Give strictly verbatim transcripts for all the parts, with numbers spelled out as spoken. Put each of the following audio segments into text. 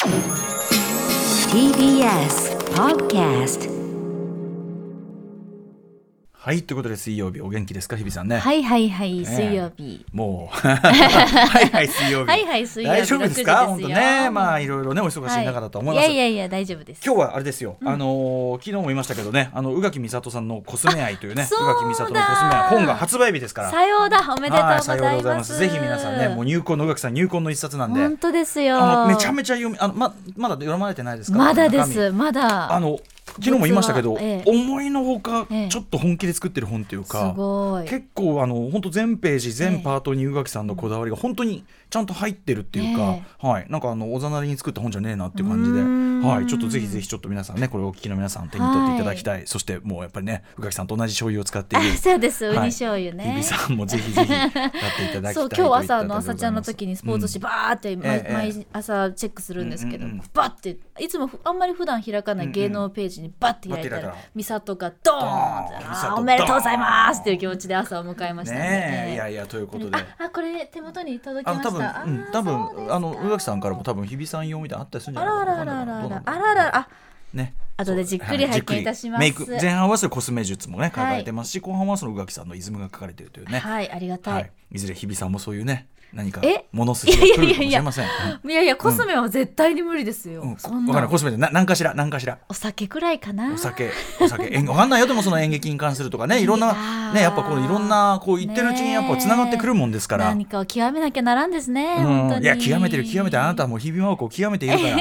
ティービーエス Podcast。 はい、ということで水曜日お元気ですか、日比さんね。 はいはいはい、水曜日、 えー、もうはいはい水曜日はいはい水曜日大丈夫ですか本当ね。まあいろいろねお忙しい中だと思います、 はい、いやいやいや大丈夫です。 今日はあれですよ、うん、あのー、昨日も言いましたけどね、あの宇垣美里さんのコスメ愛というね、宇垣美里のコスメ愛本が発売日ですから。 さようだ、おめでとうございます。 さようでございます。ぜひ皆さんね、もう入魂の宇垣さん入魂の一冊なんで。 本当ですよ。 あのめちゃめちゃ読みあの ま, まだ読まれてないですか。 まだですまだ。 あの昨日も言いましたけど、 ええ、 思いのほかちょっと本気で作ってる本っていうか、 すごい結構あの本当全ページ全パートに宇垣さんのこだわりが本当にちゃんと入ってるっていうか、えはい、なんかあのおざなりに作った本じゃねえなっていう感じで、はい、ちょっとぜひぜひちょっと皆さんね、これをお聞きの皆さん手に取っていただきたい、はい、そしてもうやっぱりね宇垣さんと同じ醤油を使っている、 そうですウニ醤油ね、 日比さんもぜひぜひやっていただきたい。 そう今日朝の朝ちゃんの時にスポーツ紙バーって、うん、毎, 毎朝チェックするんですけど、うんうんうん、バッていつもあんまり普段開かない芸能ページにバッて開いたら美里がドーンっておめでとうございますっていう気持ちで朝を迎えました ね, ねえいやいやということで、 ああこれ手元に届きました。 あの多分、うん、多分あの宇垣さんからも多分日比さん用みたいなのあったりするんじゃないかな。 あらららららあらららあね、後でじっくり拝見いたします、はい、 メイク前半はそれコスメ術もね書かれてますし、はい、後半はその宇垣さんのイズムが書かれているというね。 はいありがたい、はい、 いずれ日比さんもそういうね何か物筋が来るかもしれません。いやいやいや、 うん、いやいやコスメは絶対に無理ですよ、うん、 そんな分からないコスメでな何かしら何かしらお酒くらいかな。 お酒お酒分かんないよ。でもその演劇に関するとかねいろんなねやっぱこういろんなこう言ってるうちにやっぱつながってくるもんですから、 何かを極めなきゃならんですね、うん、本当に。 いや極めてる極めてあなたはもう日比真央子を極めているから、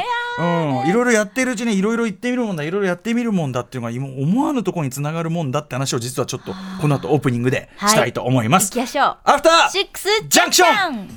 うん、いろいろやってるうちにいろいろ言ってみるもんだいろいろやってみるもんだっていうのが今思わぬところにつながるもんだって話を実はちょっとこの後オープニングでしたいと思います。 はい、行きましょう。 アフターシックスジャンクション。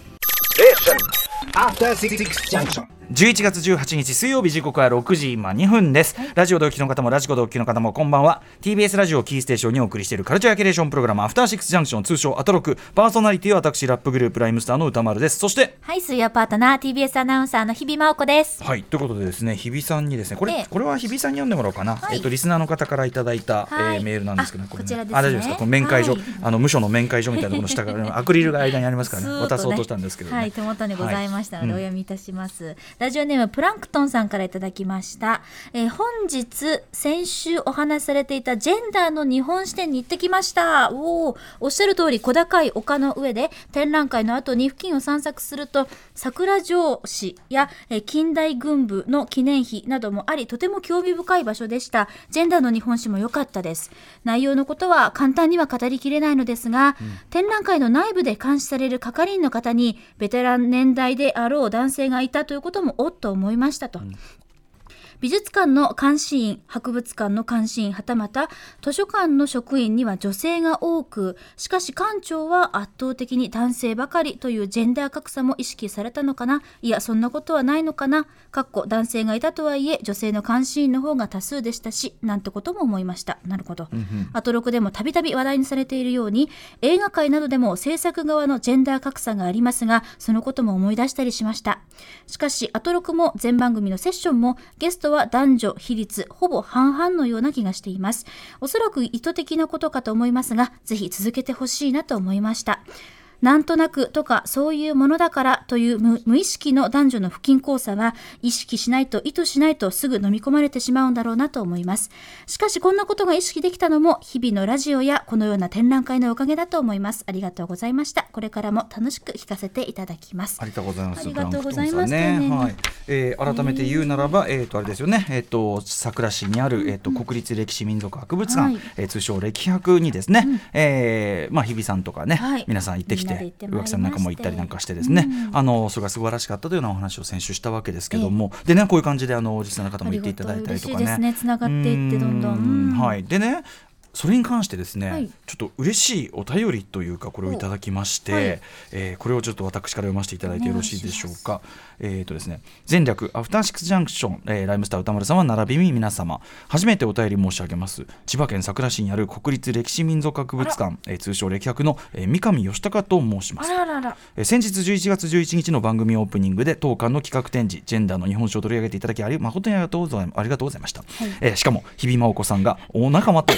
じゅういちがつじゅうはちにち水曜日、時刻はろくじ今にふんです、はい、ラジオでお聞きの方もラジコでお聞きの方もこんばんは。 ティービーエス ラジオキーステーションにお送りしているカルチャーキュレーションプログラムアフターシックスジャンクション、通称アトロク。パーソナリティは私ラップグループライムスターの歌丸です。そしてはい水曜パートナー ティービーエス アナウンサーの日比真央子です。 はいということでですね、日比さんにですねこれ、ええ、これは日比さんに読んでもらおうかな、はい、えー、とリスナーの方からいただいた、はい、えー、メールなんですけど、これ、ね、 こちらですね、 あ大丈夫ですか。この面会所、はい、あの無所の面会所みたいなところの下からアクリルが間にありますからね、渡そうとしたんですけど、ね、 はい手元にございましたのでお読みいたします、はい、うん、ラジオネームプランクトンさんからいただきました、えー、本日先週お話しされていたジェンダーの日本支店に行ってきました。おー、おっしゃる通り小高い丘の上で展覧会の後に付近を散策すると桜城市や、えー、近代軍部の記念碑などもあり、とても興味深い場所でした。ジェンダーの日本史も良かったです。内容のことは簡単には語りきれないのですが、うん、展覧会の内部で監視される係員の方にベテラン年代であろう男性がいたということもおっと思いましたと、うん、美術館の監視員、博物館の監視員、はたまた図書館の職員には女性が多く、しかし館長は圧倒的に男性ばかりというジェンダー格差も意識されたのかな。いやそんなことはないのかな。かっこ男性がいたとはいえ女性の監視員の方が多数でしたし、なんてことも思いました。なるほど、うんうん、アトロクでもたびたび話題にされているように映画界などでも制作側のジェンダー格差がありますが、そのことも思い出したりしました。しかしアトロクも全番組のセッションもゲストは男女比率ほぼ半々のような気がしています。おそらく意図的なことかと思いますが、ぜひ続けてほしいなと思いました。なんとなくとかそういうものだからという 無, 無意識の男女の不均衡さは意識しないと意図しないとすぐ飲み込まれてしまうんだろうなと思います。しかしこんなことが意識できたのも日々のラジオやこのような展覧会のおかげだと思います。ありがとうございました。これからも楽しく聞かせていただきます。 ありがとうございます。 ありがとうございます、 ねはいえー、改めて言うならば、えー、とあれですよね、えー、と佐倉市にある、えー、と国立歴史民俗博物館、はいえー、通称歴博にですね、うんえーまあ、日比さんとかね、はい、皆さん行ってきて宇垣さんなんかも行ったりなんかしてですね、うん、あのそれが素晴らしかったというようなお話を先週したわけですけども、えー、でねこういう感じであの実際の方も行っていただいたりとかね、嬉しいですね、 つながっていってどんどん、うんはい、でねそれに関してですね、はい、ちょっと嬉しいお便りというかこれをいただきまして、はいえー、これをちょっと私から読ませていただいてよろしいでしょうか。えーとですね、前略アフターシックスジャンクション、えー、ライムスター歌丸さんは並びに皆様初めてお便り申し上げます。千葉県佐倉市にある国立歴史民俗博物館、えー、通称歴博の、えー、三上義孝と申します。 あららら、 えー、先日じゅういちがつじゅういちにちの番組オープニングで当館の企画展示ジェンダーの日本史を取り上げていただきあり誠にありがとうございました、はいえー、しかも日比真央子さんがお仲間と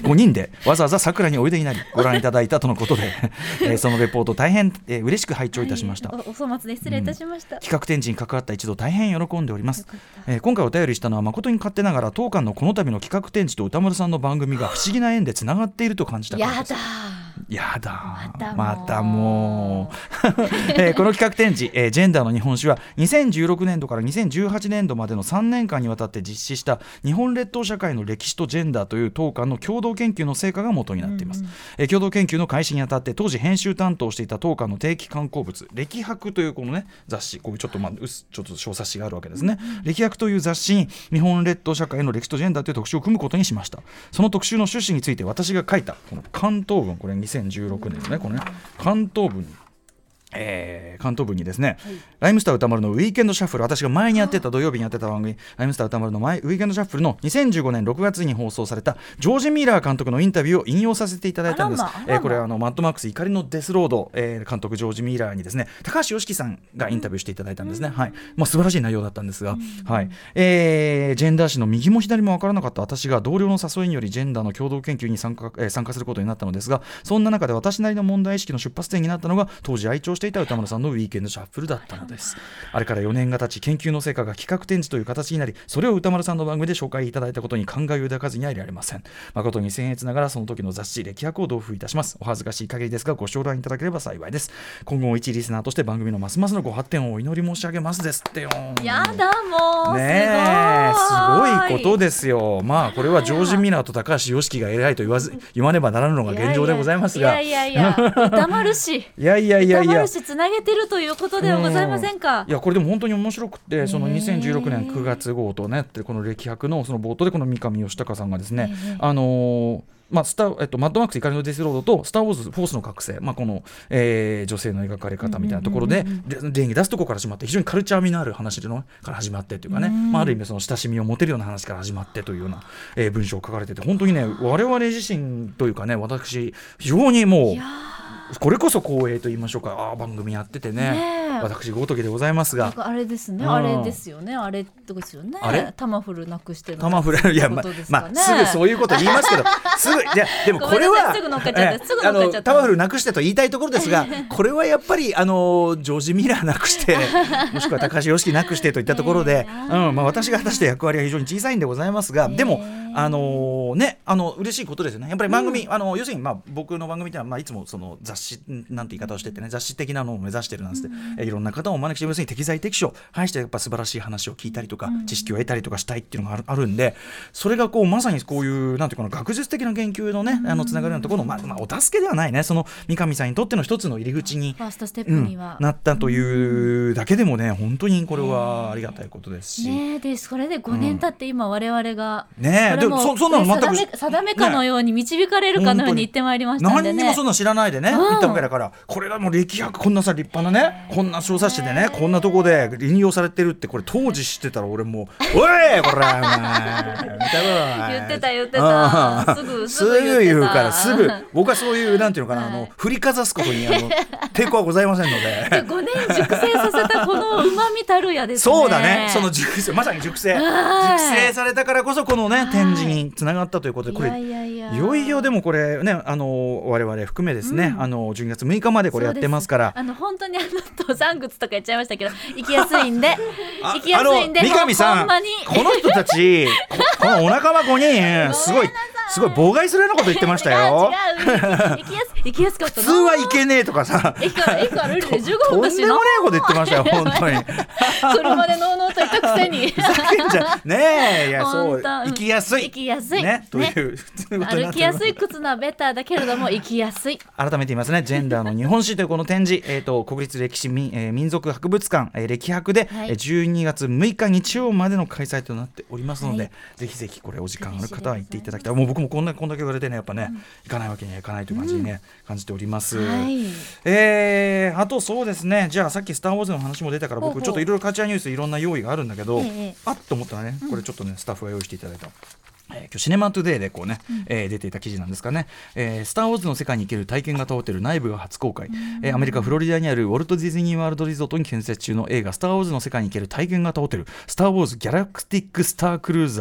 ごにんでわざわざ桜においでになりご覧いただいたとのことで、えー、そのレポート大変、えー、嬉しく拝聴いたしました、 はい、お, お粗末で失礼いたしました、 うん、企画展示に関わった一度大変喜んでおります、えー、今回お便りしたのは誠に勝手ながら当館のこの度の企画展示と歌丸さんの番組が不思議な縁でつながっていると感じたからです。 やだやだまたもう、 またもうえー、この企画展示、えー、ジェンダーの日本史はにせんじゅうろくねんどからにせんじゅうはちねんどまでのさんねんかんにわたって実施した日本列島社会の歴史とジェンダーという当館の共同研究の成果が元になっています、うんうんえー、共同研究の開始にあたって当時編集担当していた当館の定期刊行物歴博というこの、ね、雑誌こういうちょっと、まあ、薄ちょっと小冊子があるわけですね、うんうん、歴博という雑誌に日本列島社会の歴史とジェンダーという特集を組むことにしました。その特集の趣旨について私が書いたこの関東文これにせんじゅうろくねんですねこれね関東文にえー、関東文にですね、はい、ライムスター歌丸のウィーケンドシャッフル私が前にやってた土曜日にやってた番組ライムスター歌丸の前ウィーケンドシャッフルのにせんじゅうごねんろくがつに放送されたジョージ・ミラー監督のインタビューを引用させていただいたんです、えー、これはあのマッドマックス怒りのデスロード、えー、監督ジョージ・ミラーにですね高橋良樹さんがインタビューしていただいたんですね、うんはいまあ、素晴らしい内容だったんですが、うんはいえー、ジェンダー誌の右も左も分からなかった私が同僚の誘いによりジェンダーの共同研究に参加、えー、参加することになったのですがそんな中で私なりの問題意識の出発点になったのが当時愛聴していた歌丸さんのウィーウィーケンドシャッフルだったのです。あれからよねんが経ち研究の成果が企画展示という形になりそれを歌丸さんの番組で紹介いただいたことに感慨を抱かずにはいられません。誠に僭越ながらその時の雑誌歴博を同封いたします。お恥ずかしい限りですがご承覧いただければ幸いです。今後も一リスナーとして番組のますますのご発展をお祈り申し上げますですってよ。 やだもうねえすごいことですよ。まあこれはジョージ・ミラーと高橋良樹が偉いと言わず言わねばならぬのが現状でございますがいやいやいや歌丸氏いやいやいやいや歌丸氏つなげてるということではございませんか。 いやこれでも本当に面白くてそのにせんじゅうろくねんくがつ号とねこの歴博のその冒頭でこの三上義孝さんがですねあのーまあスタえっと、マッドマックス怒りのデスロードとスター・ウォーズ・フォースの覚醒、まあこのえー、女性の描かれ方みたいなところで例に出すところから始まって非常にカルチャー味のある話のから始まってというかね、まあ、ある意味その親しみを持てるような話から始まってというような、えー、文章を書かれてて本当にね我々自身というかね私非常にもうこれこそ光栄と言いましょうかあ番組やってて ね, ね私ごときでございますがあれですね、うん、あれですよねあれですよねあれタマフルなくしてるタマフルいや、ままあ、すぐそういうこと言いますけどすぐいやでもこれはすぐ乗っかっちゃったすぐ乗っかっちゃったタマフルなくしてと言いたいところですがこれはやっぱりあのジョージ・ミラーなくしてもしくは高橋良樹なくしてといったところで、うんまあ、私が果たして役割は非常に小さいんでございますがでもあのねあの嬉しいことですよねやっぱり番組、うん、あの要するに、まあ、僕の番組ってのは、まあ、いつもその雑誌なんて言い方をしててね雑誌的なのを目指してるなんつって、うん、いろんな方をお招きして要するに適材適所配してやっぱ素晴らしい話を聞いたりとか、うん、知識を得たりとかしたいっていうのがある、あるんでそれがこうまさにこういうなんていうかな学術的な研究のね、うん、あのつながるようなところの、まあまあ、お助けではないねその三上さんにとっての一つの入り口にファーストステップには、 うん、なったというだけでもね本当にこれはありがたいことですし、 ね、でそれでごねん経って今我々が、 うん、ねでもそそんなの全く定め、定めかのように導かれるかのように言ってまいりましたんでね何にもそんな知らないでね、うん、言ったわけだからこれがもう歴博こんなさ立派なねこんな小冊子でねこんなとこで引用されてるってこれ当時知ってたら俺もうおいこれお前言ってた言ってたすぐすぐ言うからすぐ僕はそういうなんていうのかな、はい、あの振りかざすことにあの抵抗はございませんのでごねん熟成させたこのうまみたるやですねそうだねその熟成まさに熟成熟成されたからこそこのね展示につながったということでこれいやいやいやいよいよでもこれねあの我々含めですね、うん、あのじゅうにがつむいかまでこれやってますからあの本当にあの登山靴とか言っちゃいましたけど行きやすいんで行きやすいんで三上さんほんまにこの人たち こ, このお仲間ごにんすごいすごい妨害するようなこと言ってましたよ違う違う行きやす行きやすかったな普通は行けねえとかさ駅から駅から歩いてじゅうごふんだしなとんでもねえこと言ってましたよ本当に車でノーノーと言ったくせにふざけんじゃねえいやそう行きやすい行きやすいねという、ね、 歩きやすい靴なベターだけれども行きやすい改めて言いますねジェンダーの日本史というこの展示、えー、と国立歴史民、えー、民族博物館、えー、歴博で、はい、じゅうにがつむいか日曜までの開催となっておりますので、はい、ぜひぜひこれお時間ある方は行っていただきたいもう僕もこんなこんだけ言われてねやっぱね、うん、行かないわけにはいかないという感じにね、うん、感じております、はいえー、あとそうですねじゃあさっきスターウォーズの話も出たから僕ちょっといろいろカルチャーニュースいろんな用意があるんだけど、ええ、あっと思ったらねこれちょっとねスタッフが用意していただいたえー、今日シネマトゥデイでこうね、うんえー、出ていた記事なんですかね、えー、スターウォーズの世界に生きる体験型ホテル内部が初公開、えー、アメリカフロリダにあるウォルト・ディズニーワールドリゾートに建設中の映画スターウォーズの世界に生きる体験型ホテルスターウォーズギャラクティックスタークルーザー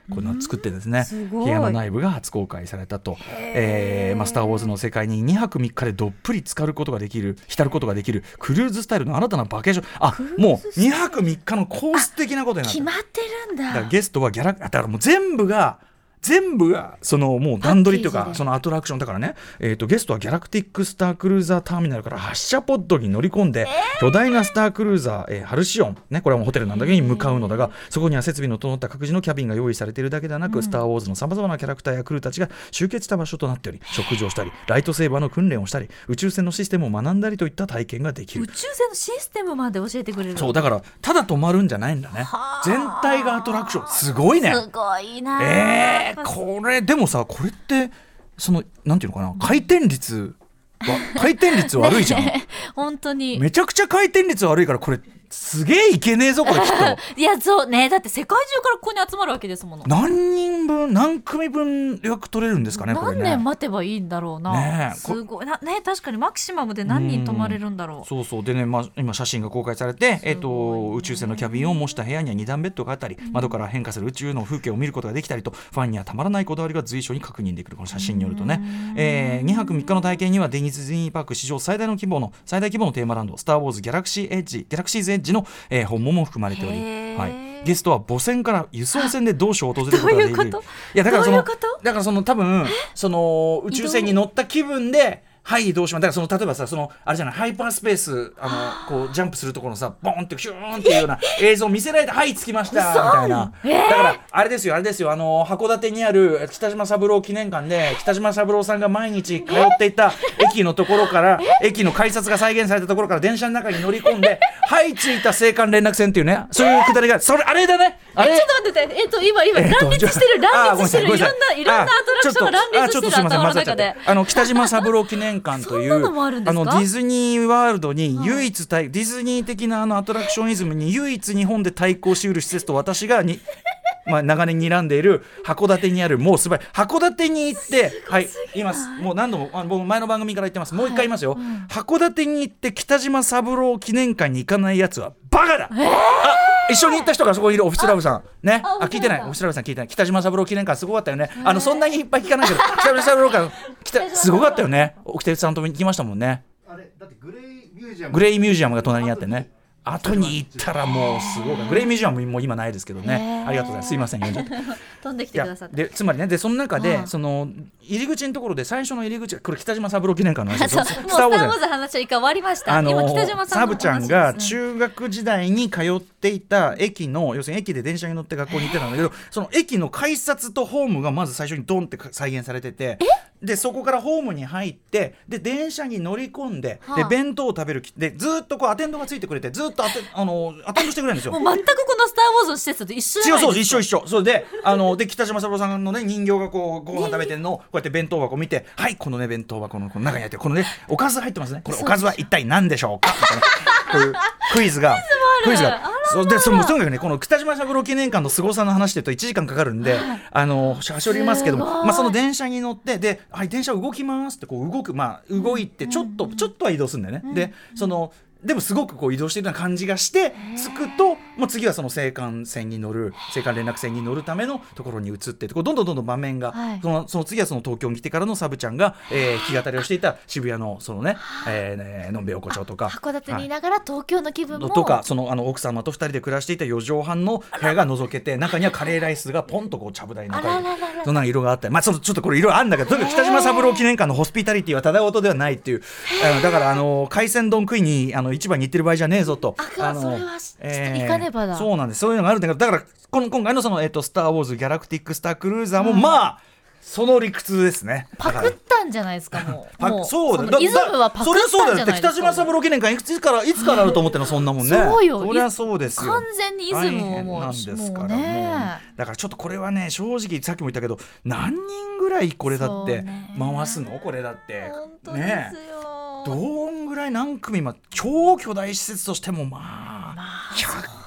こう作ってですね、 すごい部屋の内部が初公開されたと、えーまあ、スター・ウォーズの世界ににはくみっかでどっぷり浸かることができる浸ることができるクルーズスタイルの新たなバケーション、あもうにはくみっかのコース的なことになってる。 決まってるんだ。 だからゲストはギャラだからもう全部が全部がそのもう段取りというかパッケージでそのアトラクションだからね、えーとゲストはギャラクティックスタークルーザーターミナルから発射ポッドに乗り込んで、巨大なスタークルーザー、えーハルシオン、ね、これはもうホテルなんだけどに向かうのだが、そこには設備の整った各自のキャビンが用意されているだけではなく、スター・ウォーズのさまざまなキャラクターやクルーたちが集結した場所となっており、食事をしたりライトセーバーの訓練をしたり宇宙船のシステムを学んだりといった体験ができる。 宇宙船のシステムまで教えてくれる。 そうだからただ泊まるんじゃないんだね。 はあ全体がアトラクション、すごいね。 すごいな。 えー、これでもさ、これってそのなんていうのかな、回転率は回転率悪いじゃん、 ね、本当にめちゃくちゃ回転率悪いから、これすげえいけねえぞこれきっといやそうね、だって世界中からここに集まるわけですもの。 何人分何組分予約取れるんですかね、これね。 何年待てばいいんだろうな、 ねえすごいな、ね、確かにマキシマムで何人泊まれるんだろう。 うそうそうでね、まあ、今写真が公開されて、えっと、宇宙船のキャビンを模した部屋にはに段ベッドがあったり、窓から変化する宇宙の風景を見ることができたりと、ファンにはたまらないこだわりが随所に確認できる。この写真によるとね、えー、にはくみっかの体験にはディズニーパーク史上最大の規模の最大規模のテーマランドスター・ウォーズギャラクシーエッジギャラクシーズエッジの、えー、本も含まれており、はい、ゲストは母船から輸送船で同所を訪れることができる。 どういうこと？ いやだからそのどういうこと？ だからその多分その宇宙船に乗った気分ではいどうします。だからその例えばさ、そのあれじゃない、ハイパースペースあのこうジャンプするところのさ、ボーンってヒューンっていうような映像を見せられてはい着きましたみたいな、えー、だからあれですよあれですよあの函館にある北島三郎記念館で北島三郎さんが毎日通っていた駅のところから駅の改札が再現されたところから電車の中に乗り込んではい着いた青函連絡船っていうね、そういうくだりがそれあれだね。あれちょっと待ってて、えっと今今、えっと、乱立してる乱立してるいろんないろんなアトラクションが乱立してる頭の中で、 あの北島三郎記念館というそんなのもあるんですか？ あのディズニーワールドに唯一、はい、ディズニー的なあのアトラクションイズムに唯一日本で対抗しうる施設と私がにまあ、長年睨んでいる函館にあるもうすばい函館に行ってはい今もう何度もあ僕前の番組から言ってます。もう一回言いますよ、はいうん、函館に行って北島三郎記念館に行かないやつはバカだ、えー、あ一緒に行った人がそこにいるオフィスラブさんね、ああ聞いてないオフィスラブさん聞いてない。北島三郎記念館すごかったよね、あのそんなにいっぱい聞かないけど北島三郎館すごかったよね。沖手さんとも行きましたもんね。 あれだってグレイミュージアムグレイミュージアムが隣にあってね、後に行ったらもうすごいグレイミュージアムも今ないですけどね、ありがとうございます。すいません読んじゃって飛んできてくださってでつまりねでその中でその入り口のところで最初の入り口これ北島三郎記念館の話ですよ。 もうスター・ウォーズの話は一回終わりました。 あの今北島さんの話です、ね、 サブちゃんが中学時代に通っていた駅の要するに駅で電車に乗って学校に行ってたんだけど、その駅の改札とホームがまず最初にドンって再現されてて、でそこからホームに入ってで電車に乗り込んで、はあ、で弁当を食べるでずっとこうアテンドがついてくれてずっとアテあのアテンドしてくれるんですよ。 もう全くこのスター・ウォーズの施設と一緒じゃないですか。 そうそう一緒一緒。それであので北島三郎さんのね人形がこうご飯食べてるのをこうやって弁当箱を見て、はいこのね弁当箱のこの中に入ってこのねおかず入ってますね、これおかずは一体何でしょうかみたいなこういうクイズがクイズがそうでそのとにかくねこの北島三郎記念館の凄さの話でといちじかんかかるんで、あのしゃしょりますけども、まあ、その電車に乗ってで、はい、電車動きますってこう動く、まあ、動いてちょっと、うん、ちょっとは移動するんだよね、うん、でそのでもすごくこう移動しているような感じがして着くともう次はその青函線に乗る青函連絡船に乗るためのところに移ってこうどんどんどんどん場面が、はい、そのその次はその東京に来てからのサブちゃんが、えー、弾き語りをしていた渋谷のそのね、えー、のんべい横丁とか函館にいながら東京の気分も、 はい、とかそのあの奥様とふたりで暮らしていたよ畳半の部屋が覗けて中にはカレーライスがポンとこうちゃぶ台の中にそんな色があったり、まあ、そのちょっとこれ色あるんだけどとにかく北島三郎記念館のホスピタリティはただごとではないっていうあのだからあの海鮮丼食いにあの市場に行ってる場合じゃねえぞとあのそれはちょっと行かねばだ、 えー、そうなんです。そういうのがあるんだけどだからこの今回のその、えーと、スター・ウォーズギャラクティック・スター・クルーザーも、うん、まあその理屈ですね。 パクったんじゃないですかもうもうそうだイズムはパクったんじゃないですか。それはそうだよって北島三郎記念館いつからいつからあると思ってんのそんなもんね。 そうよそりゃそうですよ。 完全にイズムをもうなんですからもう、 ね、 だからちょっとこれはね正直さっきも言ったけど何人ぐらいこれだって回すのこれだって本当ですよ、ね、 どんぐらい何組ま超巨大施設としてもまあ、まあ、ひゃっ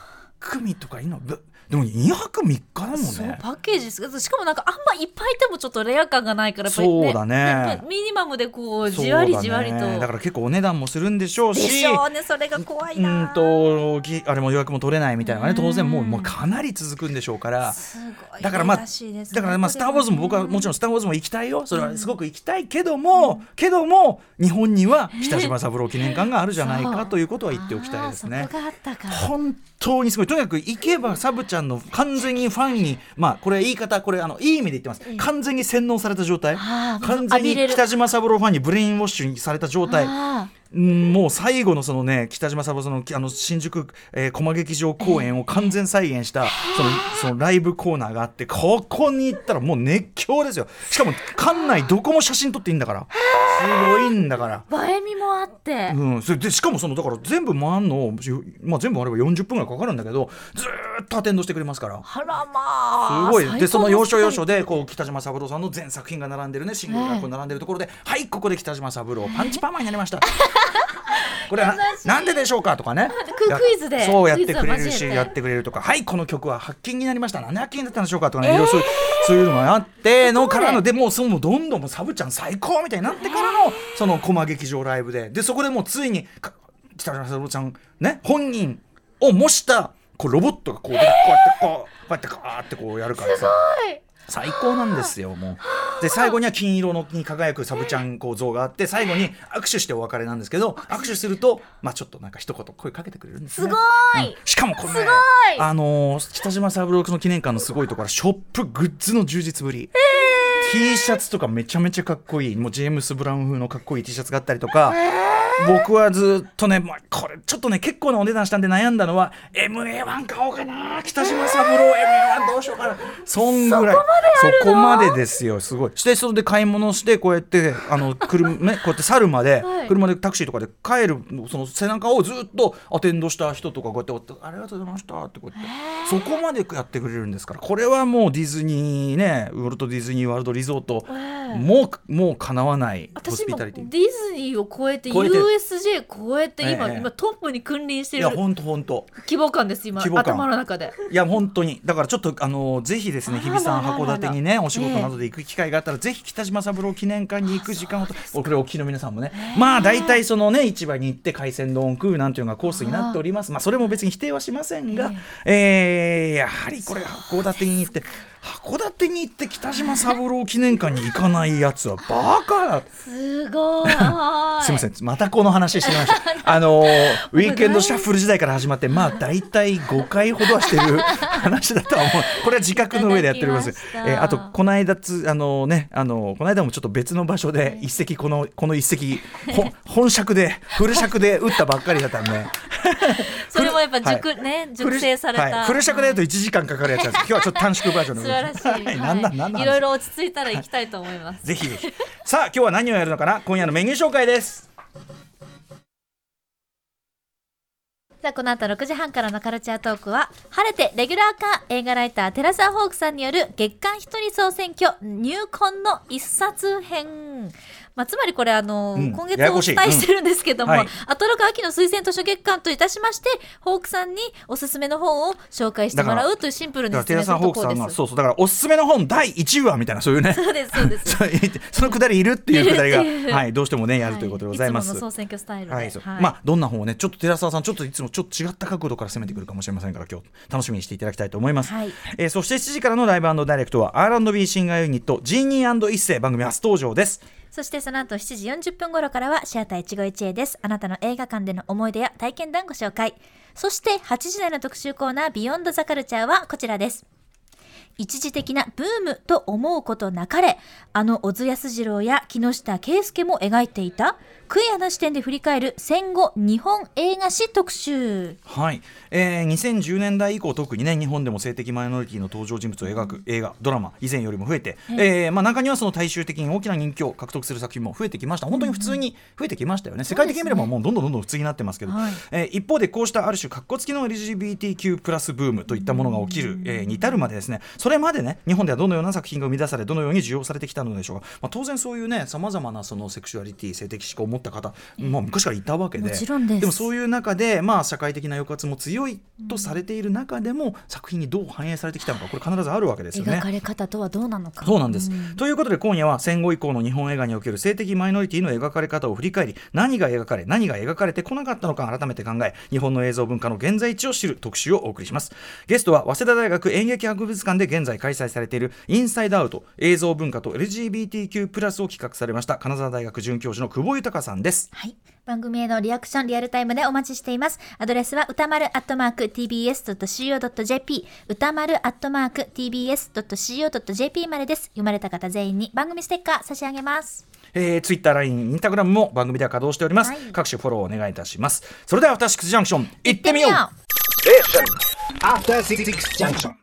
組とかいいのでもにはくみっかだもんね。 そうパッケージですしかもなんかあんまいっぱいいてもちょっとレア感がないからやっぱり、ね、 そうだねミニマムでこうじわりじわりとだ,、ね、だから結構お値段もするんでしょうしでしょうね。それが怖いな。 うんとあれも予約も取れないみたいなのがね当然もう、もうかなり続くんでしょうからすごいだからまあらしいですね。 だからまあスター・ウォーズも僕はもちろんスター・ウォーズも行きたいよそれはすごく行きたいけども、うん、けども日本には北島三郎記念館があるじゃないかということは言っておきたいですね。 そこがあったか。 本当にすごい。とにかく行けばサブちゃんの完全にファンにまあこれ言い方これあのいい意味で言ってます、うん、完全に洗脳された状態完全に北島三郎ファンにブレインウォッシュにされた状態うん、もう最後のそのね北島三郎のあの新宿、えー、駒劇場公演を完全再現した、えー、そのそのライブコーナーがあってここに行ったらもう熱狂ですよ。しかも館内どこも写真撮っていいんだからすごいんだから映えみもあって、 うん、それでしかもそのだから全部回るの、まあ、全部あればよんじゅっぷんぐらいかかるんだけどずーっとアテンドしてくれますからあらまあすごい。でその要所要所でこう北島三郎さんの全作品が並んでるねシングルがこう並んでるところで、えー、はいここで北島三郎パンチパーマになりましたこれはなんででしょうかとかねクイズでそうやってくれるしやってくれるとかはいこの曲は発見になりましたなんで発見だったんでしょうかとかね、えー、いろいろそういう、そういうのがあってのからのでもうそのどんどんサブちゃん最高みたいになってからのその駒劇場ライブででそこでもうついに北島三郎ちゃんね本人を模したこうロボットがこうこうやってこうこうやってガーってこうやるからさすごい最高なんですよもうで最後には金色のに輝くサブちゃんこう像があって最後に握手してお別れなんですけど握手するとまあちょっとなんか一言声かけてくれるんですね。 すごい、 うん、しかもこれねあのー、北島三郎の記念館のすごいところはショップグッズの充実ぶり、えー、T シャツとかめちゃめちゃかっこいいもうジェームス・ブラウン風のかっこいい T シャツがあったりとか、えー僕はずっとね、まあ、これちょっとね結構なお値段したんで悩んだのは エムエーワン 買おうかな北島三郎 エムエーワン どうしようかなそんぐらいそこまでですよすごいしてそれで買い物してこうやってあの車、ね、こうやって去るまで、はい、車でタクシーとかで帰るその背中をずっとアテンドした人とかこうやってありがとうございましたってこうやってそこまでやってくれるんですからこれはもうディズニーねウォルト・ディズニーワールド・リゾートもうもうかなわないホスピタリティディズニーを超えて ユーエスジェー 超えて 今,、ええ、今トップに君臨しているいや本当本当規模感です今頭の中でいや本当にだからちょっとあのぜひですね日比さん函館にねお仕事などで行く機会があったら、ええ、ぜひ北島三郎記念館に行く時間をこれお聞きの皆さんもね、えー、まあ大体そのね市場に行って海鮮丼を食うなんていうのがコースになっておりますまあそれも別に否定はしませんが、えーえー、やはりこれ函館に行って函館に行って北島三郎記念館に行かないやつはバカだすごいすいませんまたこの話してみましたあのウィークエンドシャッフル時代から始まってまあ大体ごかいほどはしてる話だとは思うこれは自覚の上でやっております、えー、あとこの間つあのねあのこの間もちょっと別の場所で一石このこの一石本尺でフル尺で打ったばっかりだったんでそれもやっぱ熟、はい、ね熟成された、 はい、フル尺でやるといちじかんかかるやつなんです今日はちょっと短縮バージョンの素晴らしい、はい、なんだなんだいろいろ落ち着いたら行きたいと思います、 ぜひぜひさあ今日は何をやるのかな今夜のメニュー紹介です。 さあこの後ろくじはんからのカルチャートークは晴れてレギュラー化映画ライター寺澤ホークさんによる月刊一人総選挙入魂の一冊編まあ、つまりこれあの、うん、今月お伝えしてるんですけども、うんはい、アトロク秋の推薦図書月間といたしましてホークさんにおすすめの本を紹介してもらうというシンプルな説明のところです。 そうそうだからおすすめの本だいいちいわみたいなそういうねそうですそうですそのくだりいるっていうくだりが、はい、どうしてもねやるということでございます、 はい、いつもの総選挙スタイルで、 はいはい、まあどんな本をねちょっと寺澤さんちょっといつもちょっと違った角度から攻めてくるかもしれませんから今日楽しみにしていただきたいと思います、はいえー、そしてしちじからのライブ&ダイレクトは アールアンドビー シンガーユニットジーニー&一世番組初登場です。 そしてその後しちじよんじゅっぷん頃からはシアター一期一会です。あなたの映画館での思い出や体験談ご紹介。そしてはちじ台の特集コーナービヨンドザカルチャーはこちらです。一時的なブームと思うことなかれ、あの小津安二郎や木下圭介も描いていたクイアな視点で振り返る戦後日本映画史特集。 はい、えー、にせんじゅうねんだい以降特にね日本でも性的マイノリティの登場人物を描く映画ドラマ以前よりも増えて、えーまあ、中にはその大衆的に大きな人気を獲得する作品も増えてきました。本当に普通に増えてきましたよね、うん、世界的に見ればもうどんどんどんどん普通になってますけど、はいえー、一方でこうしたある種カッコつきの エルジービーティーキュー プラスブームといったものが起きる、えー、に至るまでですねそれまでね日本ではどのような作品が生み出されどのように需要されてきたのでしょうか、まあ、当然そういうねさまざまなそのセクシュアリティ性的指向を思った方、まあ、昔からいたわけで、 もちろんです。 でもそういう中で、まあ、社会的な抑圧も強いとされている中でも、うん、作品にどう反映されてきたのか、これ必ずあるわけですよね。 描かれ方とはどうなのか。 そうなんです、 うん、 ということで今夜は戦後以降の日本映画における性的マイノリティの描かれ方を振り返り、何が描かれ何が描かれてこなかったのか改めて考え、日本の映像文化の現在地を知る特集をお送りします。ゲストは早稲田大学演劇博物館で現在開催されているインサイドアウト映像文化と エルジービーティーキュー プラスを企画されました金沢大学准教授の久保豊さんです。 はい、番組へのリアクションリアルタイムでお待ちしています。アドレスは歌丸アットマーク ティービーエスドットシーオードットジェーピー 歌丸アットマーク ティービーエスドットシーオードットジェーピー までです。読まれた方全員に番組ステッカー差し上げます。 えー、ツイッター、ライン、インスタグラムも番組では稼働しております、はい、各種フォローお願いいたします。それではアフターシックスジャンクション行ってみよう。 アフターシックスジャンクション。